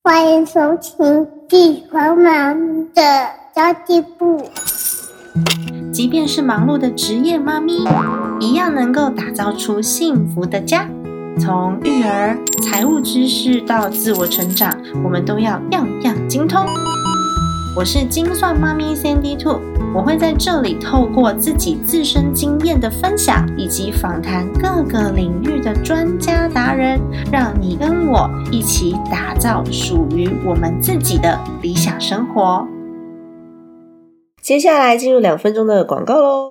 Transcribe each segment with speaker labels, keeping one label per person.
Speaker 1: 欢迎收听地球妈咪的交际部。
Speaker 2: 即便是忙碌的职业妈咪，一样能够打造出幸福的家。从育儿、财务知识到自我成长，我们都要样样精通。我是精算妈咪 Sandy Two， 我会在这里透过自己自身经验的分享，以及访谈各个领域的专家达人，让你跟我一起打造属于我们自己的理想生活。
Speaker 3: 接下来进入2分钟的广告咯。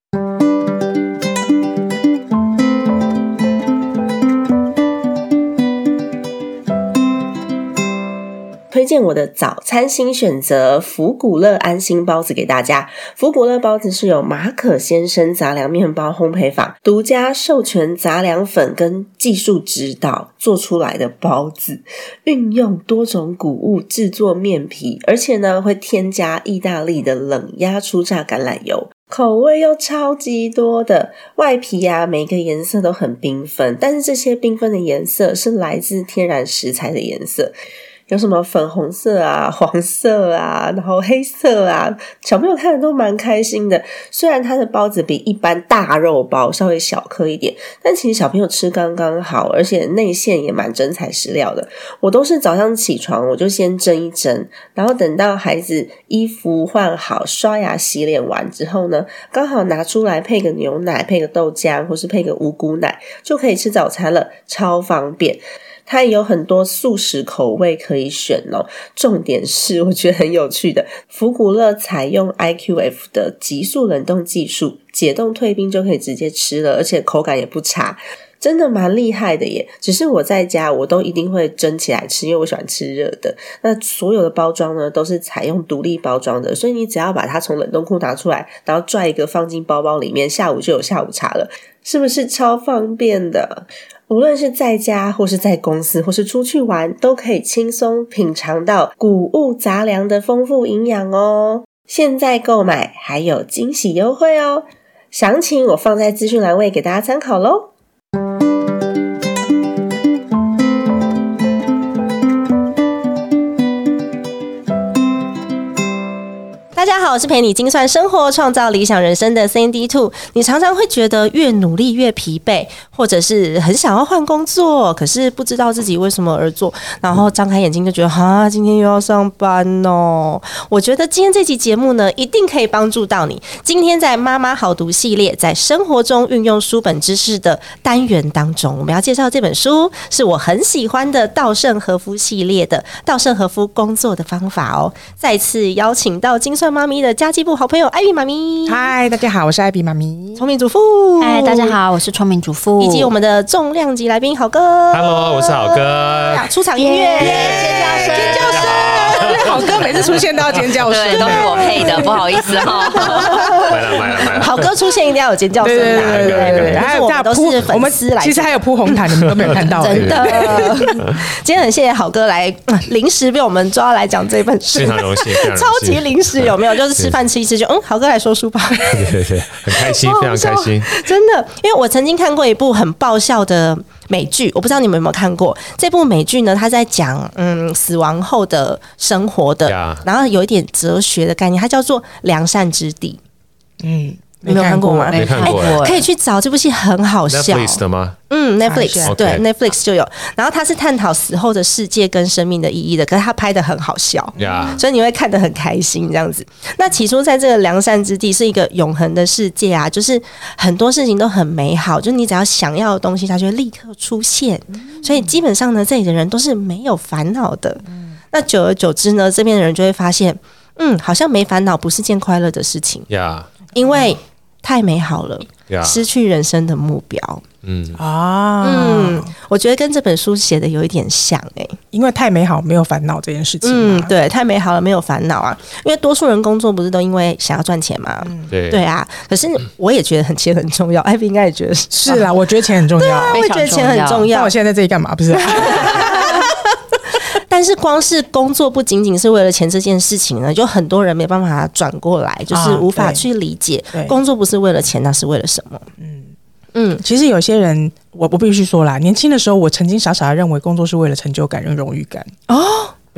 Speaker 3: 推荐我的早餐新选择福古乐安心包子给大家。福古乐包子是由马可先生杂粮面包烘焙坊独家授权杂粮粉跟技术指导做出来的包子，运用多种谷物制作面皮，而且呢会添加意大利的冷压初榨橄榄油，口味又超级多的，外皮啊每个颜色都很缤纷，但是这些缤纷的颜色是来自天然食材的颜色，有什么粉红色啊、黄色啊，然后黑色啊，小朋友看的都蛮开心的。虽然它的包子比一般大肉包稍微小颗一点，但其实小朋友吃刚刚好，而且内馅也蛮真材实料的。我都是早上起床我就先蒸一蒸，然后等到孩子衣服换好、刷牙洗脸完之后呢，刚好拿出来配个牛奶、配个豆浆或是配个五谷奶，就可以吃早餐了，超方便。它也有很多素食口味可以选哦。重点是我觉得很有趣的，福古乐采用 IQF 的急速冷冻技术，解冻退冰就可以直接吃了，而且口感也不差，真的蛮厉害的耶。只是我在家我都一定会蒸起来吃，因为我喜欢吃热的。那所有的包装呢都是采用独立包装的，所以你只要把它从冷冻库拿出来，然后拽一个放进包包里面，下午就有下午茶了，是不是超方便的？无论是在家或是在公司或是出去玩，都可以轻松品尝到谷物杂粮的丰富营养哦。现在购买还有惊喜优惠哦，详情我放在资讯栏位给大家参考咯。大家好，我是陪你精算生活创造理想人生的 Sandy Two。 你常常会觉得越努力越疲惫，或者是很想要换工作，可是不知道自己为什么而做，然后张开眼睛就觉得今天又要上班哦。我觉得今天这集节目呢一定可以帮助到你。今天在妈妈好读系列在生活中运用书本知识的单元当中，我们要介绍这本书是我很喜欢的稻盛和夫系列的稻盛和夫工作的方法哦。再次邀请到精算妈咪的家计部好朋友艾比妈咪。
Speaker 4: 嗨，大家好，我是艾比妈咪。
Speaker 2: 聪明主妇。
Speaker 5: 嗨，大家好，我是聪明主妇。
Speaker 2: 以及我们的重量级来宾好哥。
Speaker 6: Hello， 我是好哥。
Speaker 2: 出场音乐，
Speaker 5: 尖叫声，
Speaker 4: 尖叫声。好哥每次出现都要尖叫声，
Speaker 5: 对，都是我配的，不好意思哈。
Speaker 6: 买了。
Speaker 2: 好哥出现一定要有尖叫声，
Speaker 4: 对，还有
Speaker 2: 我们都是粉丝来，
Speaker 4: 其实还有铺红毯，你们都没有看到，
Speaker 2: 真的。今天很谢谢好哥来，临时被我们抓来讲这本书，
Speaker 6: 非常荣幸，
Speaker 2: 超级临时，有没有？就是吃饭吃一吃就好哥来说书吧。
Speaker 6: 对，很开心，非常开心，
Speaker 2: 真的。因为我曾经看过一部很爆笑的美剧，我不知道你们有没有看过这部美剧呢？它在讲死亡后的生活的，然后有一点哲学的概念，它叫做良善之地。你没有看过吗？
Speaker 6: 没看过，
Speaker 2: 可以去找这部戏，很好笑。
Speaker 6: Netflix 的吗
Speaker 2: ？Netflix 对
Speaker 6: okay.
Speaker 2: Netflix 就有。然后它是探讨死后的世界跟生命的意义的，可是它拍得很好笑，所以你会看得很开心这样子。那起初在这个良善之地是一个永恒的世界啊，就是很多事情都很美好，就是你只要想要的东西，它就会立刻出现。所以基本上呢，这里的人都是没有烦恼的。那久而久之呢，这边的人就会发现，好像没烦恼不是件快乐的事情，因为太美好了，失去人生的目标。我觉得跟这本书写的有一点像
Speaker 4: 因为太美好没有烦恼这件事情。
Speaker 2: 对，太美好了没有烦恼啊。因为多数人工作不是都因为想要赚钱吗？对啊。可是我也觉得钱很重要，艾比应该也觉得
Speaker 4: 是啦，我觉得钱很重要。
Speaker 2: 我也觉得钱很重要。
Speaker 4: 那我现在在这里干嘛？不是。
Speaker 2: 但是光是工作不仅仅是为了钱这件事情呢，就很多人没办法转过来，就是无法去理解工作不是为了钱，那是为了什么？
Speaker 4: 其实有些人，我必须说啦，年轻的时候我曾经傻傻的认为工作是为了成就感跟荣誉感。对，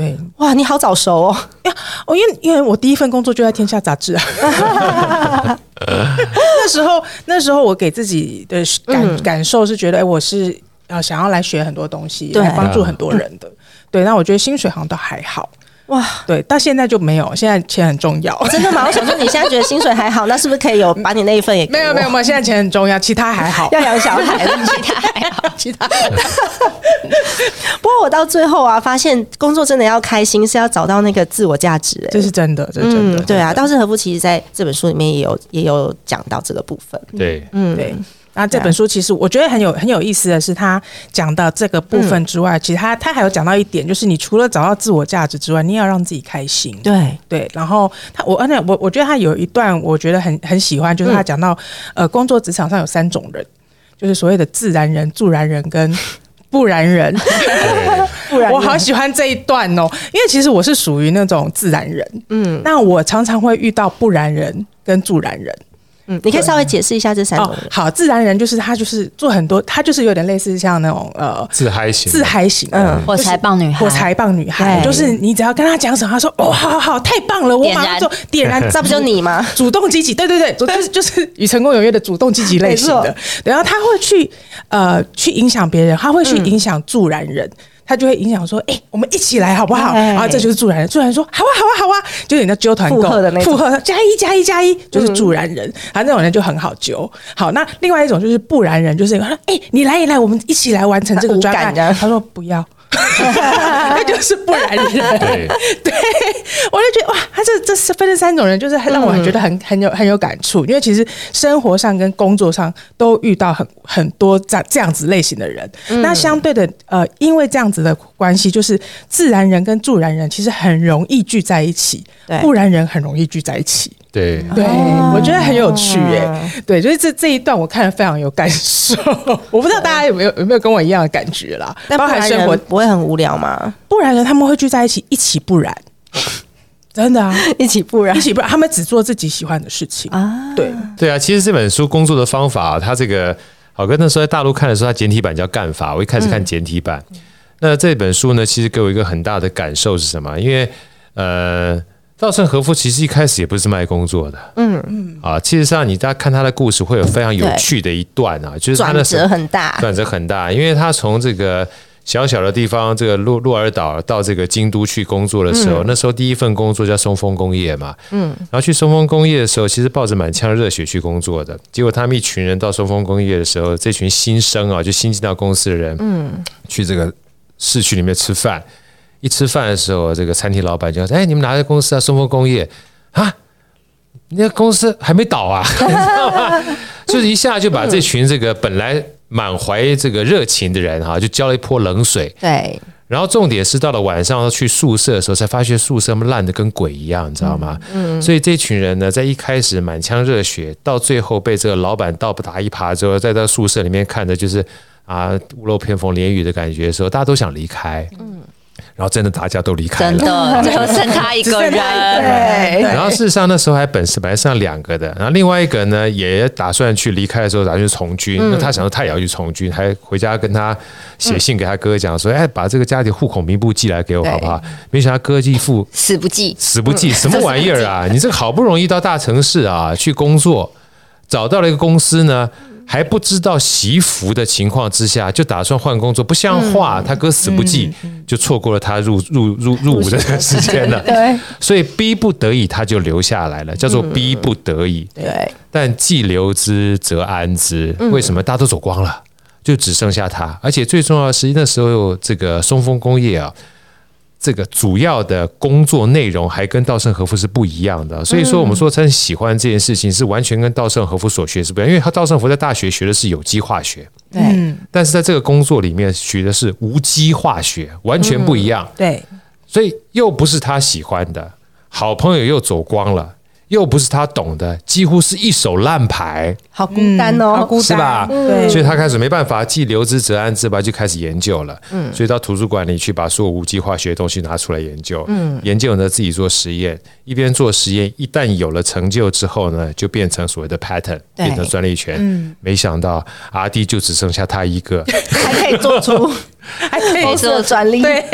Speaker 7: 哇，你好早熟哦！
Speaker 4: 因为我第一份工作就在天下杂志啊。那时候我给自己的感受是觉得，我是想要来学很多东西，来帮助很多人的。对，那我觉得薪水好像都还好。哇，对，到现在就没有，现在钱很重要。
Speaker 7: 真的吗？我想说，你现在觉得薪水还好，那是不是可以把你那一份也给我？
Speaker 4: 没有，现在钱很重要，其他还好。
Speaker 7: 要养小孩了，其他还好，其他还好。不过我到最后啊，发现工作真的要开心，是要找到那个自我价值。
Speaker 4: 这是真的，这是真的。
Speaker 7: 对啊，道士和夫其实在这本书里面也有讲到这个部分。
Speaker 6: 对，
Speaker 4: 对。那这本书其实我觉得很有意思的是，他讲到这个部分之外，其实他还有讲到一点，就是你除了找到自我价值之外，你也要让自己开心。对，然后我觉得他有一段我觉得很喜欢，就是他讲到工作职场上有3种人，就是所谓的自然人、助燃人跟不然人。我好喜欢这一段哦，因为其实我是属于那种自然人，那我常常会遇到不然人跟助燃人。
Speaker 7: 你可以稍微解释一下这3种人。
Speaker 4: 好，自然人就是他就是做很多，他就是有点类似像那种
Speaker 6: 自嗨型，
Speaker 5: 火柴棒女孩，
Speaker 4: 就是你只要跟他讲什么，他说好，太棒了，我马上做点燃，
Speaker 7: 这不就你吗？
Speaker 4: 主动积极，对，就是与成功有约的主动积极类型的。然后他会去影响别人，他会去影响助燃人。他就会影响说，我们一起来好不好？然后这就是助燃人，助燃人说好啊，就是你的揪团购
Speaker 7: 附和的那种，
Speaker 4: 附和加一，就是助燃人，那种人就很好揪。好，那另外一种就是不然人，就是你来，我们一起来完成这个专案。他说不要。那就是不然人。对，我就觉得哇，他这分3种人，就是让我觉得很有感触。因为其实生活上跟工作上都遇到很多这样子类型的人。那相对的，因为这样子的关系，就是自然人跟助燃人其实很容易聚在一起，不然人很容易聚在一起。
Speaker 6: 对，
Speaker 4: 我觉得很有趣耶。对，就是这一段我看了非常有感受。我不知道大家有没有跟我一样的感觉啦？
Speaker 7: 包含生活不会很无聊吗？
Speaker 4: 不然人他们会聚在一起，一起不然。真的啊，
Speaker 7: 一起不然，
Speaker 4: 他们只做自己喜欢的事情啊。
Speaker 6: 对啊，其实这本书工作的方法，它这个好哥那时候在大陆看的时候，它简体版叫干法，我一开始看简体版。那这本书呢，其实给我一个很大的感受是什么？因为稻盛和夫其实一开始也不是卖工作的，其实上你大家看他的故事会有非常有趣的一段啊，就是他的
Speaker 7: 转折很大，
Speaker 6: 因为他从这个小小的地方，这个鹿儿岛到这个京都去工作的时候，那时候第一份工作叫松丰工业嘛，然后去松丰工业的时候，其实抱着满腔热血去工作的，结果他们一群人到松丰工业的时候，这群新生啊，就新进到公司的人，去这个市区里面吃饭。一吃饭的时候，这个餐厅老板就说：“你们哪个公司啊？松丰工业啊？那个公司还没倒啊？”你知道吗？就是一下就把这群这个本来满怀这个热情的人就浇了一泼冷水。
Speaker 7: 对。
Speaker 6: 然后重点是到了晚上去宿舍的时候，才发现宿舍烂得跟鬼一样，你知道吗？所以这群人呢，在一开始满腔热血，到最后被这个老板倒打一耙之后，再到宿舍里面看的就是屋漏偏逢连雨的感觉的时候，大家都想离开。然后真的大家都离开了，
Speaker 5: 真的，最后剩他一个人。
Speaker 7: 对。
Speaker 6: 然后事实上那时候本来剩下2个的，然后另外一个呢也打算去离开的时候打算去从军，那他想说他也要去从军，还回家跟他写信给他哥讲说，把这个家里户口名簿寄来给我好不好？没想到哥一副
Speaker 5: 死不寄，
Speaker 6: 什么玩意儿啊？你这个好不容易到大城市啊去工作，找到了一个公司呢。还不知道习服的情况之下，就打算换工作，不像话。他哥死不济，就错过了他入伍的这个时间了。
Speaker 7: 对，
Speaker 6: 所以逼不得已他就留下来了，叫做逼不得已。
Speaker 7: 对，
Speaker 6: 但既留之则安之。为什么？大家都走光了，就只剩下他。而且最重要的是，那时候这个松丰工业啊。这个主要的工作内容还跟稻盛和夫是不一样的，所以说我们说真喜欢这件事情是完全跟稻盛和夫所学是不一样，因为稻盛和夫在大学学的是有机化学，
Speaker 7: 对，
Speaker 6: 但是在这个工作里面学的是无机化学，完全不一样，
Speaker 4: 对，
Speaker 6: 所以又不是他喜欢的，好朋友又走光了。又不是他懂的，几乎是一手烂牌，
Speaker 7: 好孤单哦，
Speaker 4: 好孤单
Speaker 6: 是吧？
Speaker 4: 对，
Speaker 6: 所以他开始没办法，既留之则安之吧，就开始研究了。所以到图书馆里去把所有无机化学的东西拿出来研究。研究呢自己做实验，一边做实验，一旦有了成就之后呢，就变成所谓的 patent， 变成专利权。没想到阿弟就只剩下他一个，
Speaker 7: 还可以做出，还可以做专利。
Speaker 4: 对。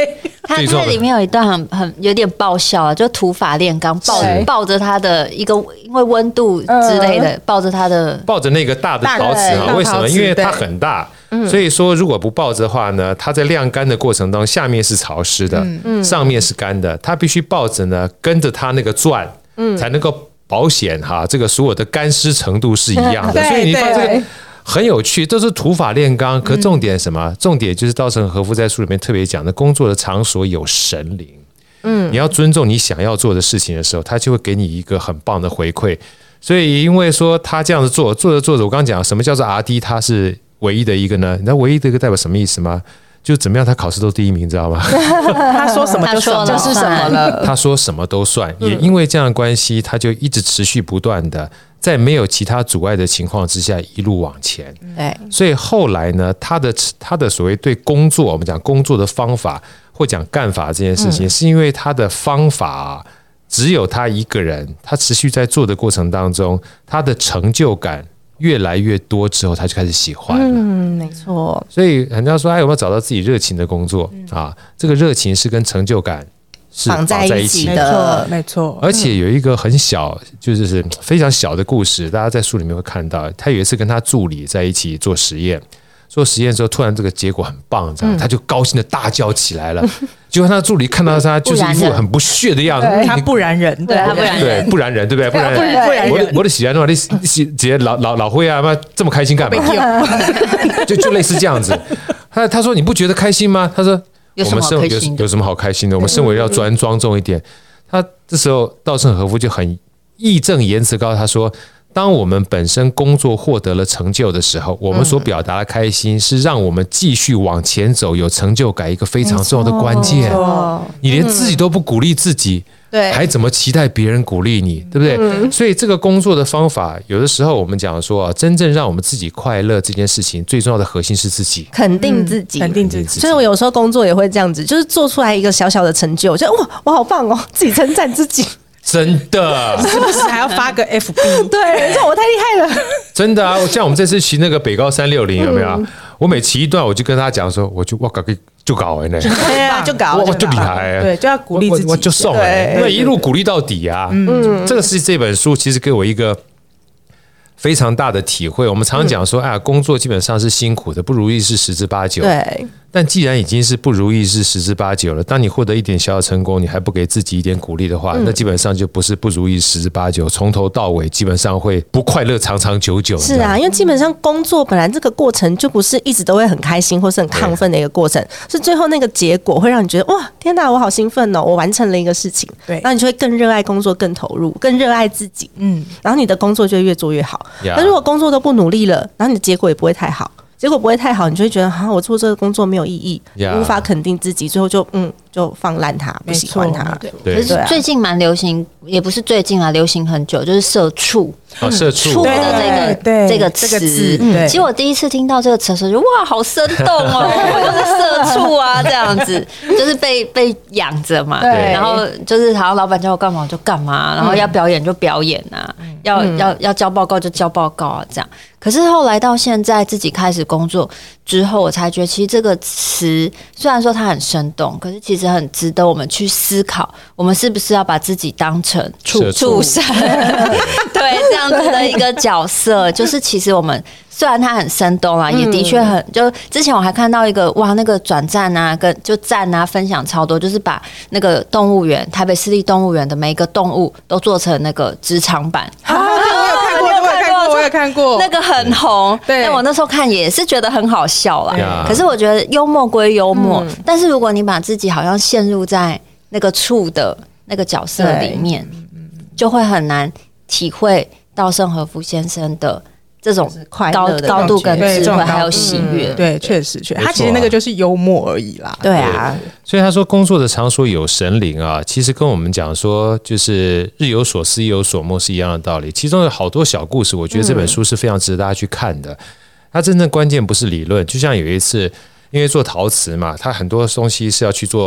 Speaker 5: 他里面有一段很有点爆笑啊，就土法炼钢，抱着他的一个，因为温度之类的，抱着
Speaker 6: 那个大的陶瓷啊，为什么？因为它很大，所以说如果不抱着的话呢，它在晾干的过程当中，下面是潮湿的，上面是干的，它必须抱着呢，跟着它那个转，才能够保险哈，这个所有的干湿程度是一样的，所以你放这个。很有趣，都是土法炼钢。可重点什么？重点就是稻盛和夫在书里面特别讲的，工作的场所有神灵。你要尊重你想要做的事情的时候，他就会给你一个很棒的回馈。所以因为说他这样子做着，我刚刚讲什么叫做 RD， 他是唯一的一个呢？你知道唯一的一个代表什么意思吗？就怎么样，他考试都第一名，知道吗？
Speaker 4: 他说什么就是什么了。
Speaker 6: 他说什么都算，也因为这样的关系，他就一直持续不断的。在没有其他阻碍的情况之下，一路往前。
Speaker 7: 对，
Speaker 6: 所以后来呢，他的所谓对工作，我们讲工作的方法或讲干法这件事情，是因为他的方法只有他一个人，他持续在做的过程当中，他的成就感越来越多之后，他就开始喜欢了。
Speaker 7: 没错。
Speaker 6: 所以人家说，有没有找到自己热情的工作啊？这个热情是跟成就感。是绑在一起
Speaker 7: 的，
Speaker 4: 没错。
Speaker 6: 而且有一个很小，就是非常小的故事，大家在书里面会看到。他有一次跟他助理在一起做实验的时候，突然这个结果很棒，他就高兴的大叫起来了。结果他的助理看到他就是一副很不屑的样子，
Speaker 4: 他不然人，
Speaker 5: 对，他不然人，
Speaker 6: 对，不然人，对不对？不然人，我的喜欢的话，你姐老灰啊，妈这么开心干嘛？就类似这样子。他说你不觉得开心吗？他说。
Speaker 5: 有什么好开心的？
Speaker 6: 有什么好开心的？我们身为要庄重一点。他这时候稻盛和夫就很义正言辞告诉他说：“当我们本身工作获得了成就的时候，我们所表达的开心是让我们继续往前走、有成就感一个非常重要的关键。你连自己都不鼓励自己。”还怎么期待别人鼓励你，对不对？所以这个工作的方法，有的时候我们讲说，真正让我们自己快乐这件事情，最重要的核心是自己，
Speaker 7: 肯定自己，
Speaker 4: 肯定自己。
Speaker 7: 所以我有时候工作也会这样子，就是做出来一个小小的成就，就哇，我好棒哦，自己称赞自己。
Speaker 6: 真的，
Speaker 4: 是不是还要发个 FB？
Speaker 7: 对，这我太厉害了。
Speaker 6: 真的啊，像我们这次骑那个北高360，有没有？我每骑一段，我就跟他讲说，我搞呢，
Speaker 7: 对啊，就搞，
Speaker 6: 我就厉害，
Speaker 4: 对，就要鼓励自己，
Speaker 6: 我就送，对，一路鼓励到底啊。这个是这本书其实给我一个非常大的体会。我们常讲说，工作基本上是辛苦的，不如意是10之8九。
Speaker 7: 对。
Speaker 6: 但既然已经是不如意是10之8九了，当你获得一点小小成功，你还不给自己一点鼓励的话，那基本上就不是不如意10之8九，从头到尾基本上会不快乐长长久久。
Speaker 7: 是啊，因为基本上工作本来这个过程就不是一直都会很开心或是很亢奋的一个过程，是最后那个结果会让你觉得哇，天哪，我好兴奋哦，我完成了一个事情。对，然后你就会更热爱工作，更投入，更热爱自己。然后你的工作就会越做越好。那如果工作都不努力了，然后你的结果也不会太好。结果不会太好，你就会觉得我做这个工作没有意义，无法肯定自己，最后就放烂它，不喜欢它。
Speaker 5: 可是最近蛮流行，也不是最近啊，流行很久，就是社畜。
Speaker 6: 社畜
Speaker 5: 的这个词，其实我第一次听到这个词的时候，就哇，好生动哦，我就是社畜啊，这样子，就是被养着嘛。然后就是好像老板叫我干嘛我就干嘛，然后要表演就表演啊，要交报告就交报告啊，这样。可是后来到现在自己开始工作之后，我才觉得其实这个词虽然说它很生动，可是其实很值得我们去思考，我们是不是要把自己当成畜生？对，这样子的一个角色，就是其实我们虽然它很生动啦，也的确很就之前我还看到一个哇，那个转赞啊，跟就赞啊，分享超多，就是把那个动物园台北市立动物园的每一个动物都做成那个职场版。
Speaker 4: 我有看过，
Speaker 5: 那个很红。但我那时候看也是觉得很好笑啦。可是我觉得幽默归幽默，但是如果你把自己好像陷入在那个畜的那个角色里面，就会很难体会稻盛和夫先生的这种高度跟智慧还有喜悦。
Speaker 4: 对，确实，他其实那个就是幽默而已啦。
Speaker 7: 对啊，
Speaker 6: 所以他说工作的场所有神灵啊，其实跟我们讲说就是日有所思夜有所梦是一样的道理。其中有好多小故事，我觉得这本书是非常值得大家去看的。它真正关键不是理论，就像有一次因为做陶瓷嘛，它很多东西是要去做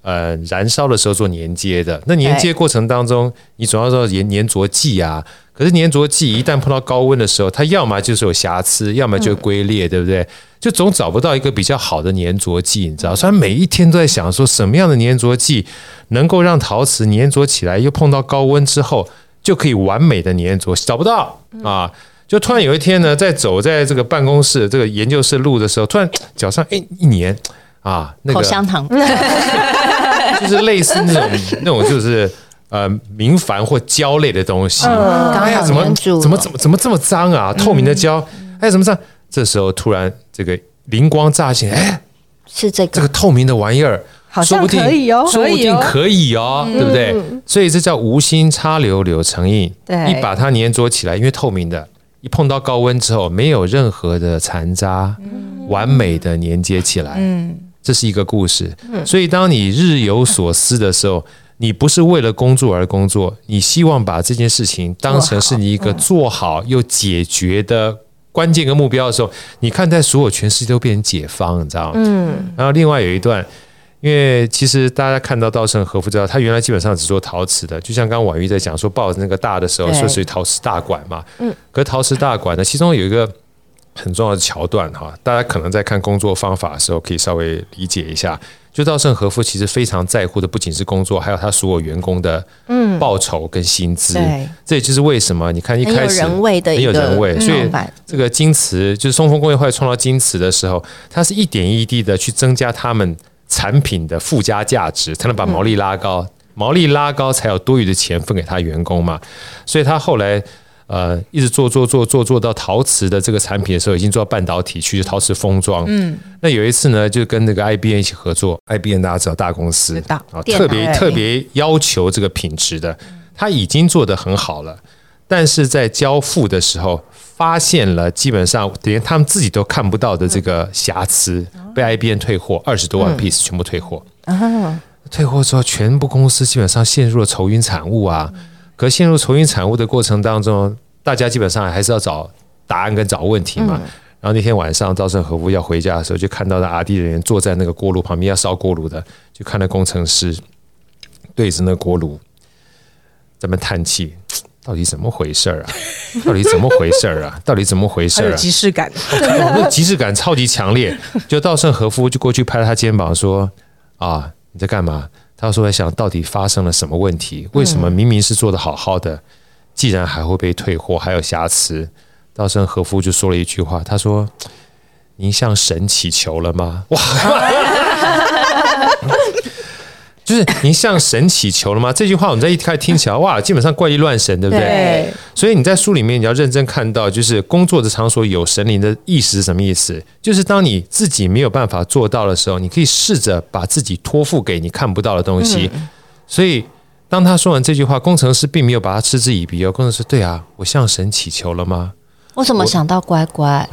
Speaker 6: 燃烧的时候做粘接的。那粘接过程当中，你总要说粘着剂啊。可是粘着剂一旦碰到高温的时候，它要么就是有瑕疵，要么就龟裂，对不对？就总找不到一个比较好的粘着剂，你知道？所以每一天都在想说，什么样的粘着剂能够让陶瓷粘着起来，又碰到高温之后就可以完美的粘着，找不到啊！就突然有一天呢，在走在这个办公室这个研究室路的时候，突然脚上一粘啊，那个
Speaker 5: 口香糖，
Speaker 6: 就是类似那种就是明矾或胶类的东西，
Speaker 5: 刚好粘住，
Speaker 6: 怎么这么脏啊？透明的胶，怎么脏？这时候突然这个灵光乍现，
Speaker 5: 是这个
Speaker 6: 透明的玩意儿，
Speaker 7: 好像可以哦，
Speaker 6: 说不定可以哦，对不对？所以这叫无心插柳柳成荫。
Speaker 7: 对，
Speaker 6: 你把它粘着起来，因为透明的，一碰到高温之后，没有任何的残渣，完美的粘接起来。这是一个故事。所以当你日有所思的时候，你不是为了工作而工作，你希望把这件事情当成是你一个做好又解决的关键跟目标的时候，你看待所有全世界都变成解放，你知道吗？然后另外有一段，因为其实大家看到稻盛和夫知道，他原来基本上只做陶瓷的，就像刚刚婉瑜在讲说抱着那个大的时候，说是陶瓷大馆嘛。可是陶瓷大馆呢，其中有一个很重要的桥段哈，大家可能在看工作方法的时候可以稍微理解一下。就稻盛和夫其实非常在乎的不仅是工作，还有他所有员工的报酬跟薪资。这也就是为什么你看一开始
Speaker 7: 很有人味的一个
Speaker 6: 很有人味，所以这个京瓷就是松风工业后来创造京瓷的时候，它是一点一滴的去增加他们产品的附加价值，才能把毛利拉高，毛利拉高才有多余的钱分给他员工嘛。所以他后来一直做到陶瓷的这个产品的时候，已经做到半导体区，陶瓷封装。那有一次呢，就跟那个 IBM 一起合作，IBM 大家知道大公司，特别要求这个品质的，他已经做得很好了，但是在交付的时候发现了基本上连他们自己都看不到的这个瑕疵，被 IBM 退货20多万 piece 全部退货。退货之后，全部公司基本上陷入了愁云惨雾啊。可陷入愁云惨雾的过程当中，大家基本上还是要找答案跟找问题嘛。然后那天晚上稻盛和夫要回家的时候，就看到那 R&D 人员坐在那个锅炉旁边要烧锅炉的，就看到工程师对着那锅炉在那叹气，到底怎么回事啊？到底怎么回事啊？到底怎么回事啊？
Speaker 4: 还有即视感，
Speaker 6: 那即视感超级强烈。就稻盛和夫就过去拍了他肩膀说：“啊，你在干嘛？”他说在想到底发生了什么问题？为什么明明是做得好好的，既然还会被退货，还有瑕疵？稻盛和夫就说了一句话，他说：“您向神祈求了吗？”哇！就是您向神祈求了吗？这句话我们在一开始听起来，哇，基本上怪力乱神，对不对？所以你在书里面你要认真看到，就是工作的场所有神灵的意思是什么意思？就是当你自己没有办法做到的时候，你可以试着把自己托付给你看不到的东西。所以当他说完这句话，工程师并没有把他嗤之以鼻哦。工程师对啊，我向神祈求了吗？
Speaker 5: 我怎么想到乖乖？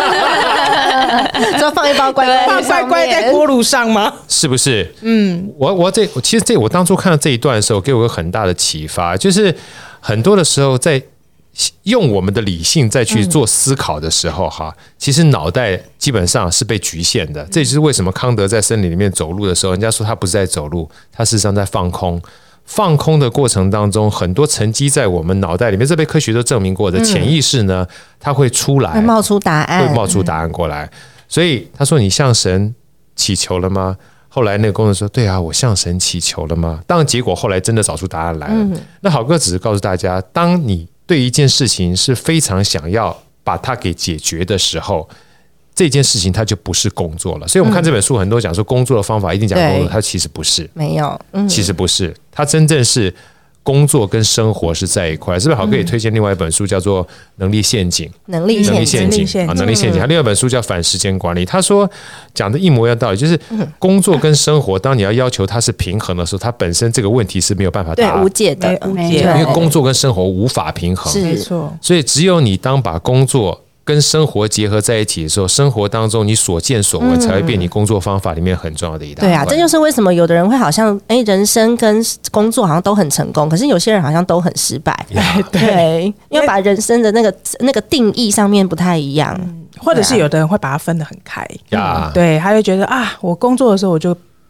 Speaker 7: 就放一包乖乖，
Speaker 4: 放乖乖在锅炉上吗？
Speaker 6: 是不是？其实我当初看到这一段的时候，给我个很大的启发，就是很多的时候在用我们的理性再去做思考的时候，其实脑袋基本上是被局限的。这也就是为什么康德在森林里面走路的时候，人家说他不是在走路，他事实上在放空。放空的过程当中，很多沉积在我们脑袋里面，这被科学都证明过的潜意识呢，它会出来，
Speaker 7: 会冒出答案
Speaker 6: 过来。所以他说：“你向神祈求了吗？”后来那个工人说：“对啊，我向神祈求了吗？”当然，结果后来真的找出答案来了。那好哥只是告诉大家，当你对一件事情是非常想要把它给解决的时候，这件事情它就不是工作了。所以我们看这本书，很多讲说工作的方法一定讲工作，它其实不是，
Speaker 7: 没有，
Speaker 6: 其实不是，它真正是工作跟生活是在一块。是不是好哥也推荐另外一本书叫做《能力陷阱》？能力陷阱。还另外一本书叫《反时间管理》。他说讲的一模一样道理，就是工作跟生活，当你要求它是平衡的时候，它本身这个问题是没有办法答案，
Speaker 7: 对，无解的，
Speaker 6: 因为工作跟生活无法平衡，
Speaker 4: 没错。
Speaker 6: 所以只有你当把工作跟生活结合在一起的时候，生活当中你所见所闻才会变你工作方法里面很重要的一大块。
Speaker 7: 对啊，这就是为什么有的人会好像人生跟工作好像都很成功，可是有些人好像都很失败。对，因为把人生的那个定义上面不太一样，
Speaker 4: 或者是有的人会把它分得很开。对，他就觉得啊，我工作的时候我就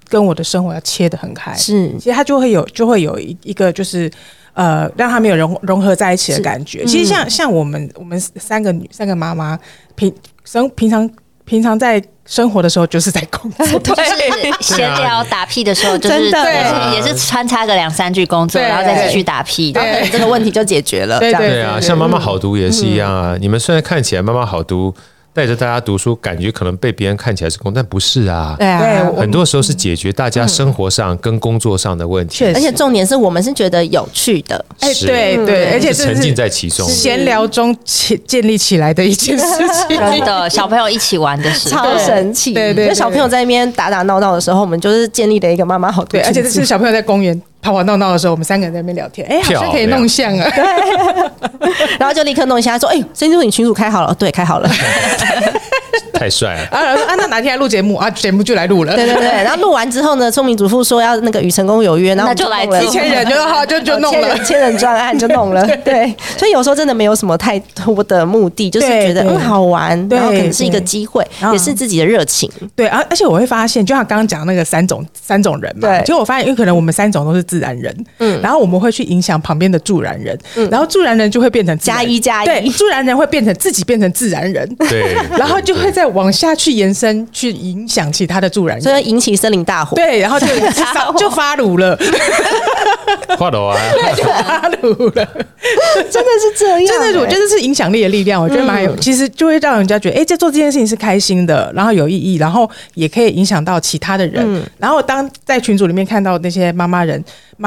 Speaker 4: 跟我的生活要切得很开，
Speaker 7: 是，
Speaker 4: 其实它就会有一个就是让他们有融合在一起的感觉。其实像我们三个妈妈平常在生活的时候就是在工作，
Speaker 5: 就是闲聊打屁的时候，就是也是穿插个2-3句工作，然后再继续打屁，
Speaker 7: 然后这个问题就解决了。
Speaker 6: 对啊，像妈妈好读也是一样啊。你们虽然看起来妈妈好读，带着大家读书，感觉可能被别人看起来是但不是啊。
Speaker 7: 对啊，
Speaker 6: 很多时候是解决大家生活上跟工作上的问题。
Speaker 7: 而且重点是我们是觉得有趣的，
Speaker 4: 对，而且
Speaker 6: 是沉浸在其中，
Speaker 4: 闲聊中建立起来的一件事情。
Speaker 5: 真的，小朋友一起玩的时候，
Speaker 7: 超神奇。
Speaker 4: 对，
Speaker 7: 就小朋友在那边打打闹闹的时候，我们就是建立了一个妈妈好读。
Speaker 4: 对，而且这是小朋友在公园跑跑闹闹的时候，我们3个人在那边聊天，好像可以弄像啊。
Speaker 7: 对，然后就立刻弄一下，说：“森叔，你群组开好了？”对，开好了。
Speaker 6: 太帅了
Speaker 4: 那哪天来录节目啊？节目就来录了。
Speaker 7: 对，然后录完之后呢，聪明主妇说要那个与成功有约，然后
Speaker 5: 那就来
Speaker 4: 1000人就弄了，
Speaker 7: 千人专案就弄了。对，所以有时候真的没有什么太多的目的，就是觉得好玩，然后可能是一个机会，也是自己的热情。
Speaker 4: 对，而且我会发现，就像刚刚讲那个三种人嘛，
Speaker 7: 对，
Speaker 4: 结果我发现，因为可能我们3种都是自然人，然后我们会去影响旁边的助燃人，然后助燃人就会变成
Speaker 7: +1+1，
Speaker 4: 对，助燃人会变成自然人，
Speaker 6: 对，
Speaker 4: 然后就会再往下去延伸，去影响其他的助燃人，
Speaker 7: 所以引起森林大火，
Speaker 4: 对，然后就发炉了，
Speaker 6: 发炉啊，
Speaker 4: 就发炉了，
Speaker 7: 真的是这样，
Speaker 4: 真的，我觉得是影响力的力量，我觉得蛮有，其实就会让人家觉得，在做这件事情是开心的，然后有意义，然后也可以影响到其他的人，然后当在群组里面看到那些妈妈们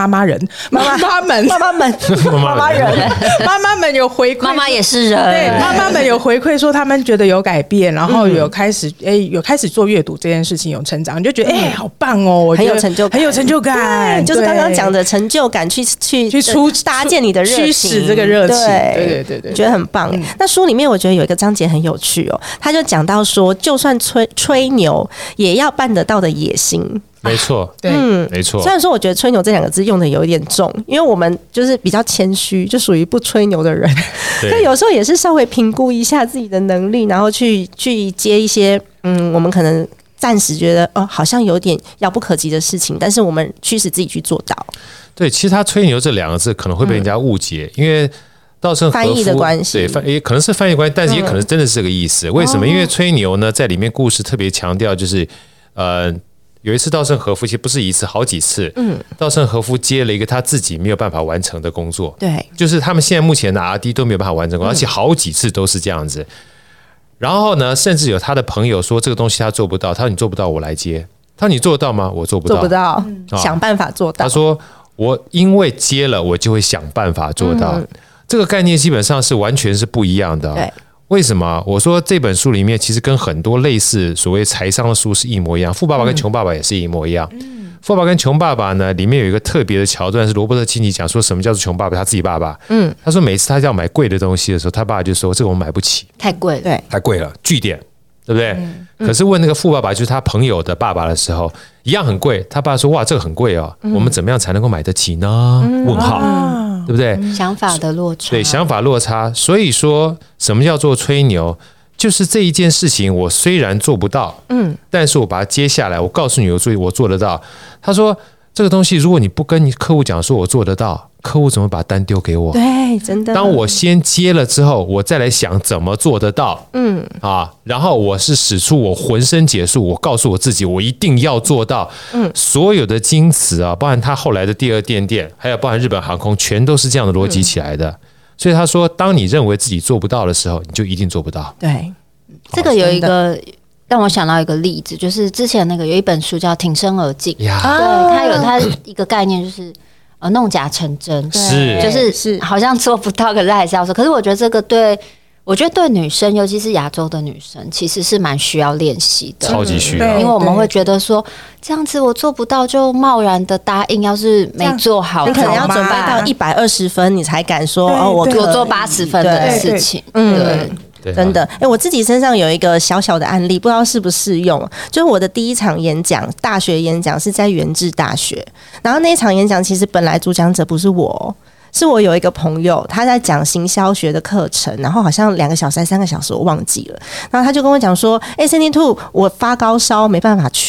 Speaker 4: 有回馈，
Speaker 5: 妈妈也是人，
Speaker 4: 对，妈妈们有回馈说他们觉得有改变，然后有开始做阅读这件事情有成长，你就觉得好棒哦，我觉得很有成就感，
Speaker 7: 就是刚刚讲的成就感，去搭建你的热情，
Speaker 4: 驱使这个热情，对，
Speaker 7: 觉得很棒。那书里面我觉得有一个章节很有趣哦，他就讲到说，就算吹牛也要办得到的野心。
Speaker 6: 没错，
Speaker 4: 对，
Speaker 6: 没错。
Speaker 7: 虽然说我觉得吹牛这2个字用的有一点重，因为我们就是比较谦虚，就属于不吹牛的人。所以有时候也是稍微评估一下自己的能力，然后去接一些我们可能暂时觉得好像有点遥不可及的事情，但是我们驱使自己去做到。
Speaker 6: 对，其实他吹牛这2个字可能会被人家误解，因为稻盛和夫
Speaker 7: 翻译的关系，
Speaker 6: 对，也可能是翻译关系，但是也可能真的是这个意思。为什么？因为吹牛呢，在里面故事特别强调，就是有一次稻盛和夫，其实不是一次，好几次。稻盛和夫接了一个他自己没有办法完成的工作，
Speaker 7: 对，
Speaker 6: 就是他们现在目前的 R&D 都没有办法完成，而且好几次都是这样子。然后呢，甚至有他的朋友说这个东西他做不到，他说你做不到，我来接。他说你做得到吗？我做不到，
Speaker 7: 想办法做到。
Speaker 6: 他说我因为接了，我就会想办法做到。这个概念基本上是完全是不一样的。
Speaker 7: 对。
Speaker 6: 为什么？我说这本书里面其实跟很多类似所谓财商的书是一模一样，《富爸爸跟穷爸爸》也是一模一样。富爸爸跟穷爸爸呢，里面有一个特别的桥段是罗伯特清崎讲说什么叫做穷爸爸，他自己爸爸。他说每次他要买贵的东西的时候，他爸爸就说这个我买不起，
Speaker 5: 太贵了，
Speaker 7: 对，
Speaker 6: 太贵了，据点，对不对？可是问那个富爸爸，就是他朋友的爸爸的时候，一样很贵，他爸说哇这个很贵哦，我们怎么样才能够买得起呢？问号。对不对？
Speaker 5: 想法的落差，
Speaker 6: 对，想法落差。所以说，什么叫做吹牛？就是这一件事情，我虽然做不到，但是我把它接下来，我告诉你，我做得到。他说，这个东西，如果你不跟你客户讲说我做得到，客户怎么把单丢给我？
Speaker 7: 对，真的。
Speaker 6: 当我先接了之后，我再来想怎么做得到。然后我是使出我浑身解数，我告诉我自己，我一定要做到。所有的金词啊，包含他后来的第2店，还有包含日本航空，全都是这样的逻辑起来的。所以他说，当你认为自己做不到的时候，你就一定做不到。
Speaker 7: 对，
Speaker 5: 这个有一个让我想到一个例子，就是之前那个有一本书叫《挺身而进》，对，它有它一个概念就是。弄假成真，就是好像做不到，可是还是要说。可是我觉得这个我觉得对女生，尤其是亚洲的女生，其实是蛮需要练习的，
Speaker 6: 超级需要。
Speaker 5: 因为我们会觉得说，这样子我做不到就贸然的答应，要是没做好，
Speaker 7: 你可能要准备到120分，你才敢说我
Speaker 5: 做80分的事情。对，
Speaker 7: 真的，我自己身上有一个小小的案例，不知道适不适用。就是我的第一场演讲，大学演讲是在元智大学，然后那一场演讲其实本来主讲者不是我，是我有一个朋友，他在讲行销学的课程，然后好像2个小时还3个小时，我忘记了。然后他就跟我讲说：“Sandy Two，我发高烧没办法去。”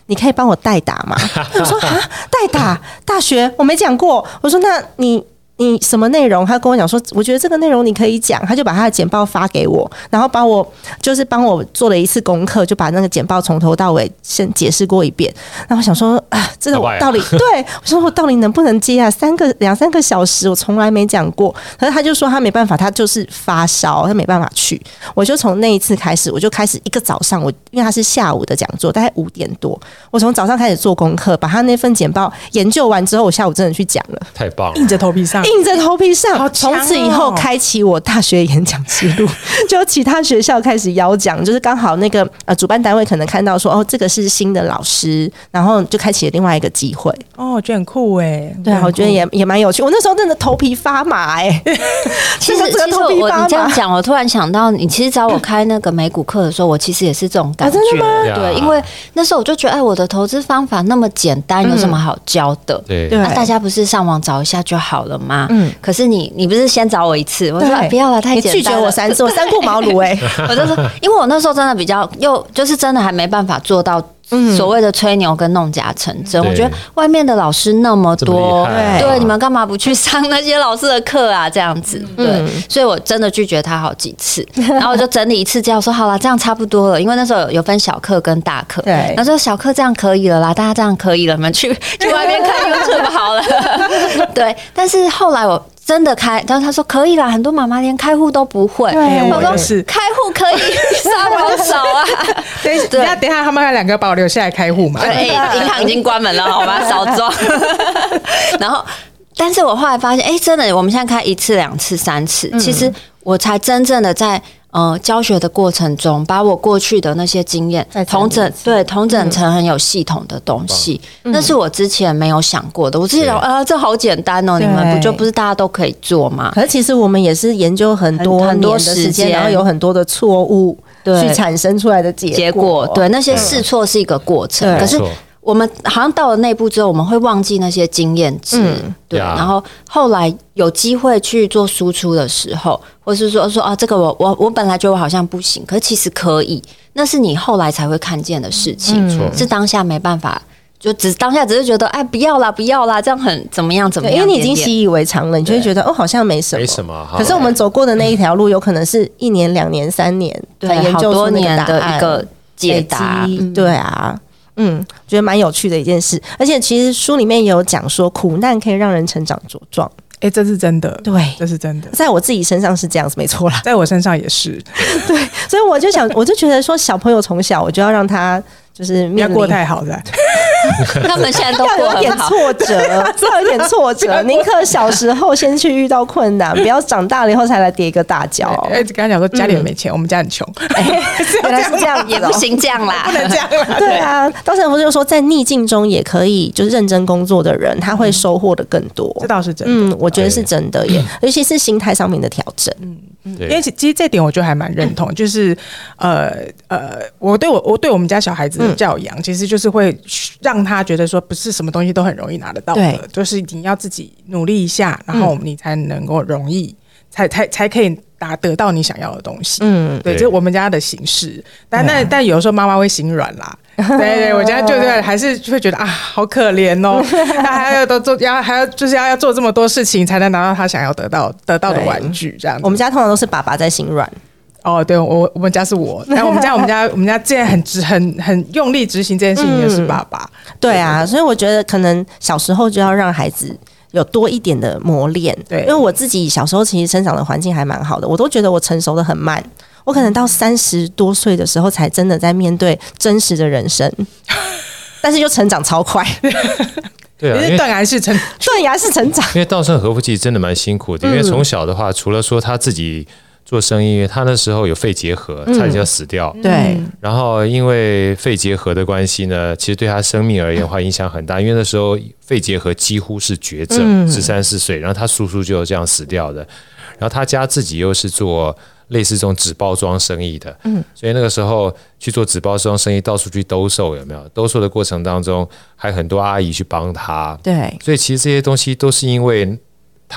Speaker 7: 你可以帮我代打吗？我说啊，代打大学我没讲过。我说那你什么内容？他跟我讲说，我觉得这个内容你可以讲，他就把他的简报发给我，然后帮我做了一次功课，就把那个简报从头到尾先解释过一遍。然后我想说啊，这个我到底对我说我到底能不能接啊？2-3个小时，我从来没讲过。可是他就说他没办法，他就是发烧，他没办法去。我就从那一次开始，我就开始一个早上，因为他是下午的讲座，大概5点多，我从早上开始做功课，把他那份简报研究完之后，我下午真的去讲了，
Speaker 6: 太棒了，
Speaker 4: 硬着头皮上。
Speaker 7: 从此以后开启我大学演讲之路，就其他学校开始邀讲，就是刚好那个主办单位可能看到说哦，这个是新的老师，然后就开启了另外一个机会。
Speaker 4: 哦，我觉得很酷哎，
Speaker 7: 对啊，我觉得也蛮有趣。我那时候真的头皮发麻哎。
Speaker 5: 其实我你这样讲，我突然想到，你其实找我开那个美股课的时候，我其实也是这种感觉。
Speaker 7: 真的吗？
Speaker 5: 对，因为那时候我就觉得，哎，我的投资方法那么简单，有什么好教的？
Speaker 6: 对，
Speaker 5: 大家不是上网找一下就好了吗？可是你不是先找我1次，我说不要了，太简单了。
Speaker 7: 你拒绝我3次，我3顾茅庐哎。
Speaker 5: 我就说，因为我那时候真的比较就是真的还没办法做到所谓的吹牛跟弄假成真。我觉得外面的老师那么多，对，你们干嘛不去上那些老师的课啊？这样子，对，所以我真的拒绝他好几次，然后我就整理一次这样说好了，这样差不多了，因为那时候有分小课跟大课，
Speaker 7: 对，
Speaker 5: 然后说小课这样可以了啦，大家这样可以了，你们去外面看 YouTube 好了，对，但是后来我真的开，然后他说可以啦，很多妈妈连开户都不会。我说开户可以上网找啊。
Speaker 4: 等一下，他们2个把我留下来开户嘛？
Speaker 5: 对，银行已经关门了，好吧，少装。然后，但是我后来发现，哎，真的，我们现在开1次、2次、3次，其实我才真正的在教学的过程中，把我过去的那些经验统整成很有系统的东西，那是我之前没有想过的。我之前想这好简单哦，你们不是大家都可以做吗？
Speaker 7: 可是其实我们也是研究很多年的时间，然后有很多的错误去产生出来的结果。
Speaker 5: 对，那些试错是一个过程，可是我们好像到了内部之后，我们会忘记那些经验值，对。然后后来有机会去做输出的时候，或是说啊，这个我本来觉得我好像不行，可是其实可以，那是你后来才会看见的事情，是当下没办法。就当下只是觉得，哎，不要啦，这样很怎么样？
Speaker 7: 因为你已经习以为常了，你就会觉得哦，好像没什么。可是我们走过的那一条路，有可能是1年、2年、3年才研究出那个答案，好多年的一个解答。对啊。觉得蛮有趣的一件事，而且其实书里面也有讲说，苦难可以让人成长茁壮。
Speaker 4: 这是真的，
Speaker 7: 对，
Speaker 4: 这是真的，
Speaker 7: 在我自己身上是这样子，没错啦，
Speaker 4: 在我身上也是。
Speaker 7: 对，所以我就觉得说，小朋友从小我就要让他就是
Speaker 4: 不要过太好的。
Speaker 5: 他们现在都过很好，
Speaker 7: 要有点挫折，宁可小时候先去遇到困难，不要长大了以后才来跌一个大跤。
Speaker 4: 跟他讲说家里没钱，我们家很穷，
Speaker 7: 原来是这样子，
Speaker 5: 也不行这样啦，
Speaker 4: 不能这样啦。
Speaker 7: 对啊，当时不是就说在逆境中也可以，就是认真工作的人，他会收获的更多。
Speaker 4: 这倒是真的，
Speaker 7: 我觉得是真的耶，尤其是心态上面的调整。
Speaker 4: 因为其实这点我就还蛮认同，就是我对我们家小孩子的教养，其实就是会让他觉得说，不是什么东西都很容易拿得到的，就是你要自己努力一下，然后你才能够容易，才可以得到你想要的东西。对，这是我们家的形式。但有时候妈妈会心软啦。对，我家就是还是会觉得啊，好可怜哦，他还要做这么多事情才能拿到他想要得到的玩具，这样子。
Speaker 7: 我们家通常都是爸爸在心软。
Speaker 4: 哦，对，我们家是我，然后我们家之前很用力执行这件事情也是爸爸。
Speaker 7: 对啊，所以我觉得可能小时候就要让孩子有多一点的磨练。对，因为我自己小时候其实生长的环境还蛮好的，我都觉得我成熟的很慢。我可能到30多岁的时候才真的在面对真实的人生，但是就成长超快。
Speaker 6: 对啊，因为
Speaker 7: 断崖式成长。
Speaker 6: 因为稻盛和夫其实真的蛮辛苦的，因为从小的话，除了说他自己做生意，因为他那时候有肺结核，差点就要死掉。
Speaker 7: 对。
Speaker 6: 然后因为肺结核的关系呢，其实对他生命而言的话影响很大，因为那时候肺结核几乎是绝症，13、14岁，然后他叔叔就这样死掉的。然后他家自己又是做类似这种纸包装生意的，所以那个时候去做纸包装生意，到处去兜售，有没有？兜售的过程当中，还很多阿姨去帮他。
Speaker 7: 对，
Speaker 6: 所以其实这些东西都是因为他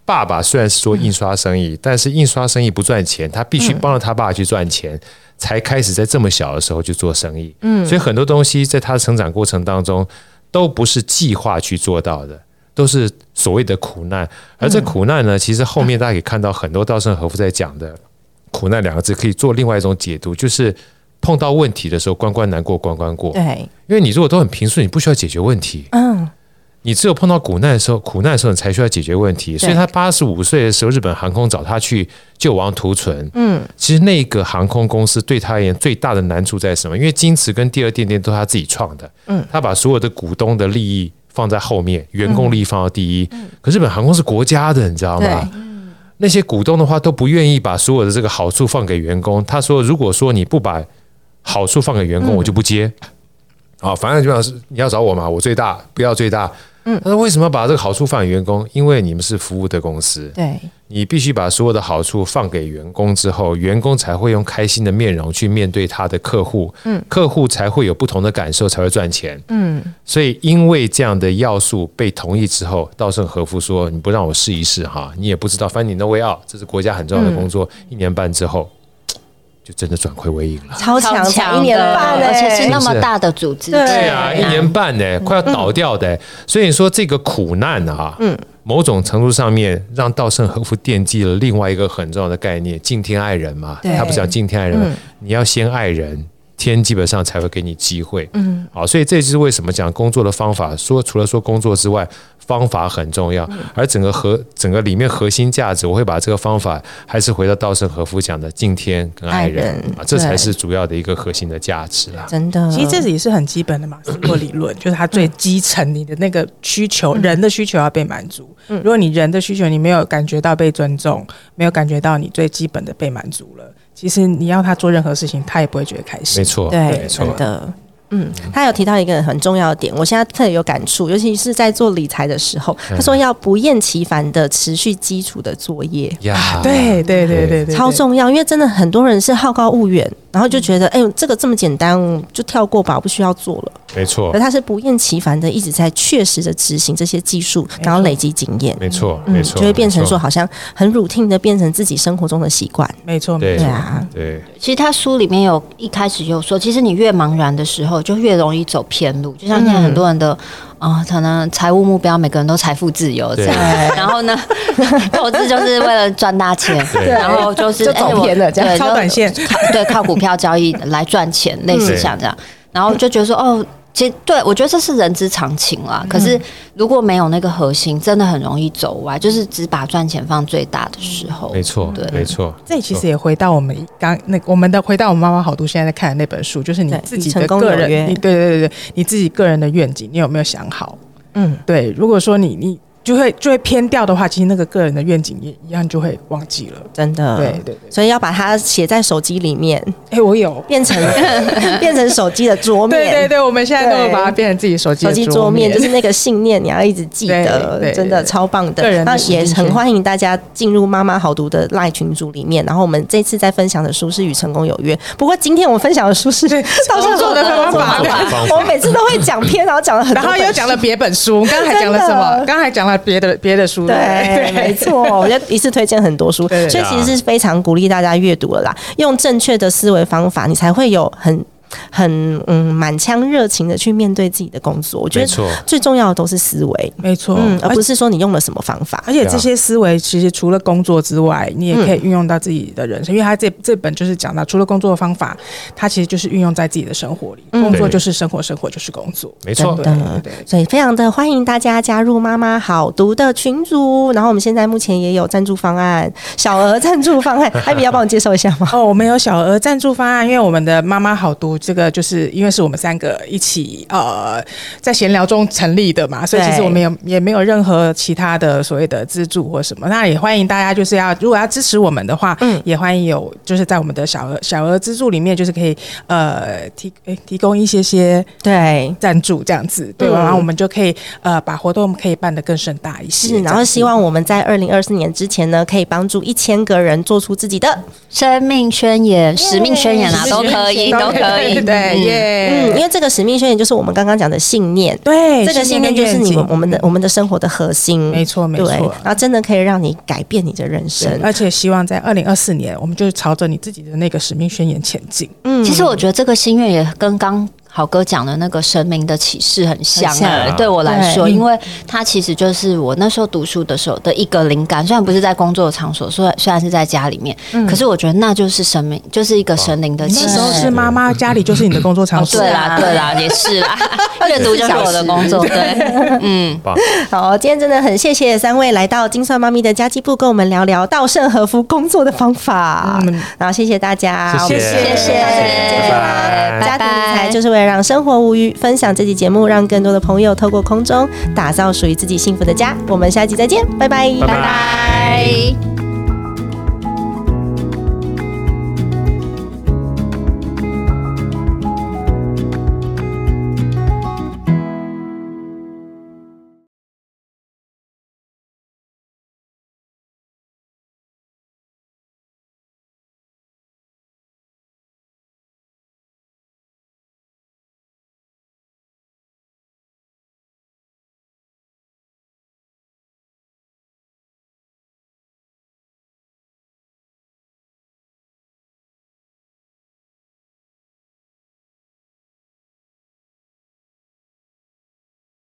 Speaker 6: 爸爸虽然是做印刷生意，但是印刷生意不赚钱，他必须帮着他爸去赚钱，才开始在这么小的时候去做生意。所以很多东西在他的成长过程当中都不是计划去做到的，都是所谓的苦难。而这苦难呢，其实后面大家可以看到很多稻盛和夫在讲的苦难2个字可以做另外一种解读，就是碰到问题的时候关关难过关关过。
Speaker 7: 对，
Speaker 6: 因为你如果都很平顺，你不需要解决问题。你只有碰到苦难的时候你才需要解决问题。所以他85岁的时候，日本航空找他去救亡图存。其实那个航空公司对他而言最大的难处在什么？因为金池跟第二电都是他自己创的。他把所有的股东的利益放在后面，员工利益放到第一。可日本航空是国家的，你知道吗？那些股东的话都不愿意把所有的这个好处放给员工。他说，如果说你不把好处放给员工，我就不接。反正基本上是你要找我嘛，我最大，不要最大。他说为什么要把这个好处放给员工？因为你们是服务的公司，
Speaker 7: 对，
Speaker 6: 你必须把所有的好处放给员工之后，员工才会用开心的面容去面对他的客户，客户才会有不同的感受，才会赚钱。所以因为这样的要素被同意之后，稻盛和夫说：“你不让我试一试哈，你也不知道，反正你 no way out， 这是国家很重要的工作。1年半之后。”就真的转亏为盈了，
Speaker 7: 超强，1年半，
Speaker 5: 而且是那么大的组织，
Speaker 6: 对啊，1年半呢，快要倒掉的。所以说这个苦难啊，某种程度上面让稻盛和夫奠基了另外一个很重要的概念——敬天爱人嘛。他不讲敬天爱人，你要先爱人。天基本上才会给你机会，所以这就是为什么讲工作的方法，除了说工作之外，方法很重要，而整个里面核心价值，我会把这个方法还是回到稻盛和夫讲的敬天跟爱人这才是主要的一个核心的价值啦。
Speaker 7: 真的，
Speaker 4: 其实这也是很基本的马斯洛理论，就是它最基层你的那个需求，人的需求要被满足。如果你人的需求你没有感觉到被尊重，没有感觉到你最基本的被满足了，其实你要他做任何事情，他也不会觉得开心。
Speaker 6: 没错，
Speaker 7: 对，真的。他有提到一个很重要的点，我现在特别有感触，尤其是在做理财的时候，他说要不厌其烦的持续基础的作业。对，超重要，因为真的很多人是好高骛远，然后就觉得这个这么简单就跳过吧，我不需要做了。
Speaker 6: 没错，
Speaker 7: 而他是不厌其烦的一直在确实的执行这些技术，然后累积经验。
Speaker 6: 没错，
Speaker 7: 就会变成说好像很 routine 的变成自己生活中的习惯。
Speaker 4: 没错，
Speaker 6: 对
Speaker 7: 啊，
Speaker 6: 对。
Speaker 5: 其实他书里面有一开始有说，其实你越茫然的时候，就越容易走偏路。就像现在很多人的可能财务目标，每个人都财富自由这样，然后呢，投资就是为了赚大钱，然后就
Speaker 7: 走偏了，这样
Speaker 4: 超短线，
Speaker 5: 靠股票交易来赚钱，类似像这样，然后就觉得说其实对我觉得这是人之常情啦。可是如果没有那个核心，真的很容易走歪，就是只把赚钱放最大的时候。
Speaker 6: 没错，对，没错。
Speaker 4: 这其实也回到我们回到我们妈妈好读现在在看的那本书，就是你自己的个人，对，你自己个人的愿景，你有没有想好？对。如果说你就会偏掉的话，其实那个个人的愿景也一样就会忘记了，
Speaker 7: 真的。
Speaker 4: 对，
Speaker 7: 所以要把它写在手机里面。
Speaker 4: 我有
Speaker 7: 变成手机的桌面。
Speaker 4: 对，我们现在都有把它变成自己手机
Speaker 7: 桌面，就是那个信念，你要一直记得，真的超棒的。那也很欢迎大家进入妈妈好读的 LINE 群组里面。然后我们这次在分享的书是《与成功有约》，不过今天我们分享的书是稻盛和夫的方法。我每次都会讲偏，然后讲了很多，
Speaker 4: 然后又讲了别本书。刚刚还讲了什么？刚刚还讲了别的书。
Speaker 7: 对，没错，我就一次推荐很多书，所以其实是非常鼓励大家阅读了啦。用正确的思维方法，你才会有很满腔热情的去面对自己的工作。我觉得最重要的都是思维，
Speaker 4: 没错，
Speaker 7: 而不是说你用了什么方法。
Speaker 4: 而且这些思维其实除了工作之外，你也可以运用到自己的人生，因为他这本就是讲到除了工作的方法，它其实就是运用在自己的生活里。工作就是生活，生活就是工作，
Speaker 6: 没错。
Speaker 7: 对，所以非常的欢迎大家加入妈妈好读的群组。然后我们现在目前也有赞助方案，小额赞助方案。艾比要帮我介绍一下吗？
Speaker 4: 我们有小额赞助方案，因为我们的妈妈好读这个就是因为是我们3个一起在闲聊中成立的嘛，所以其实我们也没有任何其他的所谓的资助或什么。那也欢迎大家就是如果要支持我们的话，也欢迎有就是在我们的小额资助里面就是可以提供一些
Speaker 7: 对
Speaker 4: 赞助这样子，对吧？然后我们就可以把活动可以办得更盛大一些。
Speaker 7: 然后希望我们在2024年之前呢，可以帮助1000个人做出自己的
Speaker 5: 生命宣言、使命宣言啊，都可以。
Speaker 4: 对耶，
Speaker 7: 因为这个使命宣言就是我们刚刚讲的信念，
Speaker 4: 对，
Speaker 7: 这个信念就是我们的生活的核心，
Speaker 4: 没错没错，
Speaker 7: 然后真的可以让你改变你的人生，
Speaker 4: 而且希望在2024年，我们就朝着你自己的那个使命宣言前进。
Speaker 5: 其实我觉得这个心愿也跟刚好哥讲的那个神明的启示很像对我来说，因为它其实就是我那时候读书的时候的一个灵感，虽然不是在工作场所，虽然是在家里面，可是我觉得那就是神明，就是一个神灵的启示。
Speaker 4: 那时候是妈妈家里就是你的工作场所，
Speaker 5: 对啦，也是啦，阅读就是我的工作，对，
Speaker 7: 好，今天真的很谢谢3位来到精算妈咪的家计部，跟我们聊聊稻盛和夫工作的方法，然后谢谢大家，
Speaker 6: 谢谢，
Speaker 7: 家庭理财就是为了让生活无虞，分享这期节目，让更多的朋友透过空中打造属于自己幸福的家。我们下期再见，拜拜，
Speaker 5: 拜拜。